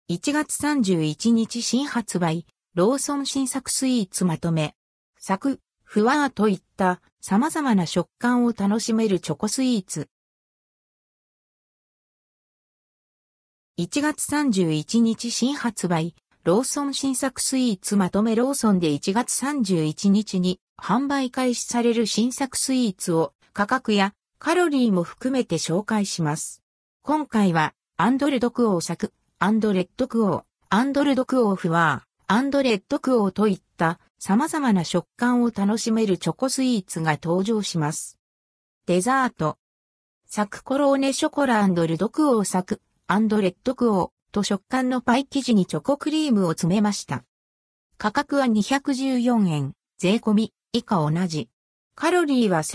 1月31日新発売、ローソン新作スイーツまとめ。サク、ふわーといった様々な食感を楽しめるチョコスイーツ。1月31日新発売、ローソン新作スイーツまとめ。ローソンで1月31日に販売開始される新作スイーツを価格やカロリーも含めて紹介します。今回は、アンドルドクオーサク、アンドレッドクオー、アンドルドクオーフワー、アンドレッドクオーといった様々な食感を楽しめるチョコスイーツが登場します。デザート。サクコローネショコラアンドルドクオーサク、アンドレッドクオーと食感のパイ生地にチョコクリームを詰めました。価格は214円、税込み、以下同じ。カロリーは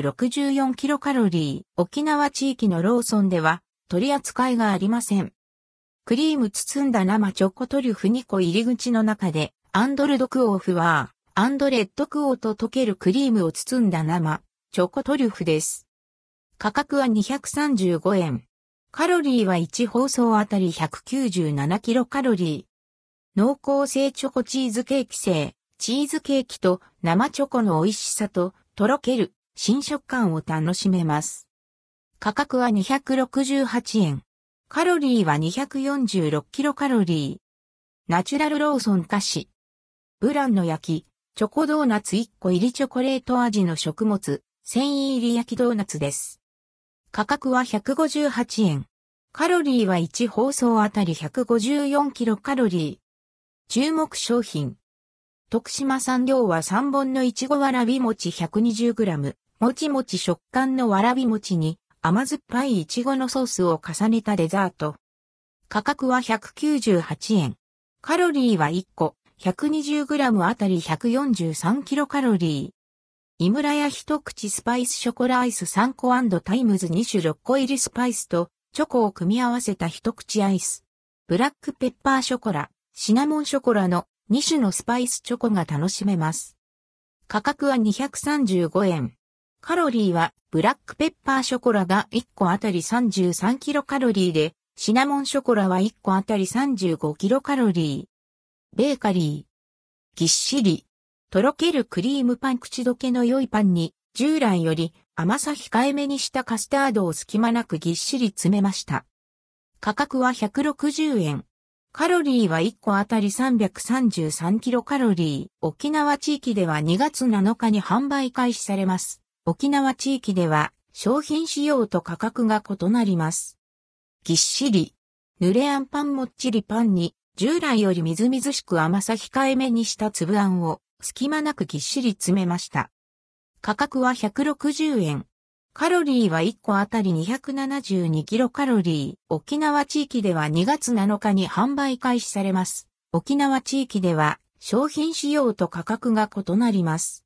364キロカロリー。沖縄地域のローソンでは取り扱いがありません。クリーム包んだ生チョコトリュフ2個入り口の中で、アンドルドクオーフワー、アンドレッドクオーと溶けるクリームを包んだ生チョコトリュフです。価格は235円。カロリーは1包装あたり197キロカロリー。濃厚性チョコチーズケーキ製、チーズケーキと生チョコの美味しさととろける新食感を楽しめます。価格は268円。カロリーは246キロカロリー。ナチュラルローソン菓子。ブランの焼き、チョコドーナツ1個入りチョコレート味の食物、繊維入り焼きドーナツです。価格は158円。カロリーは1包装あたり154キロカロリー。注目商品。徳島産量は3本のいちごわらび餅 120g。もちもち食感のわらび餅に甘酸っぱいいちごのソースを重ねたデザート。価格は198円。カロリーは1個 120g あたり143キロカロリー。井村屋一口スパイスショコラアイス3個&タイムズ2種6個入りスパイスとチョコを組み合わせた一口アイス。ブラックペッパーショコラ、シナモンショコラの2種のスパイスチョコが楽しめます。価格は235円。カロリーはブラックペッパーショコラが1個あたり33キロカロリーで、シナモンショコラは1個あたり35キロカロリー。ベーカリー。ぎっしり。とろけるクリームパン口どけの良いパンに、従来より甘さ控えめにしたカスタードを隙間なくぎっしり詰めました。価格は160円。カロリーは1個あたり333キロカロリー。沖縄地域では2月7日に販売開始されます。沖縄地域では商品仕様と価格が異なります。ぎっしり。濡れあんパンもっちりパンに従来よりみずみずしく甘さ控えめにした粒あんを隙間なくぎっしり詰めました。価格は160円。カロリーは1個あたり272キロカロリー。沖縄地域では2月7日に販売開始されます。沖縄地域では商品仕様と価格が異なります。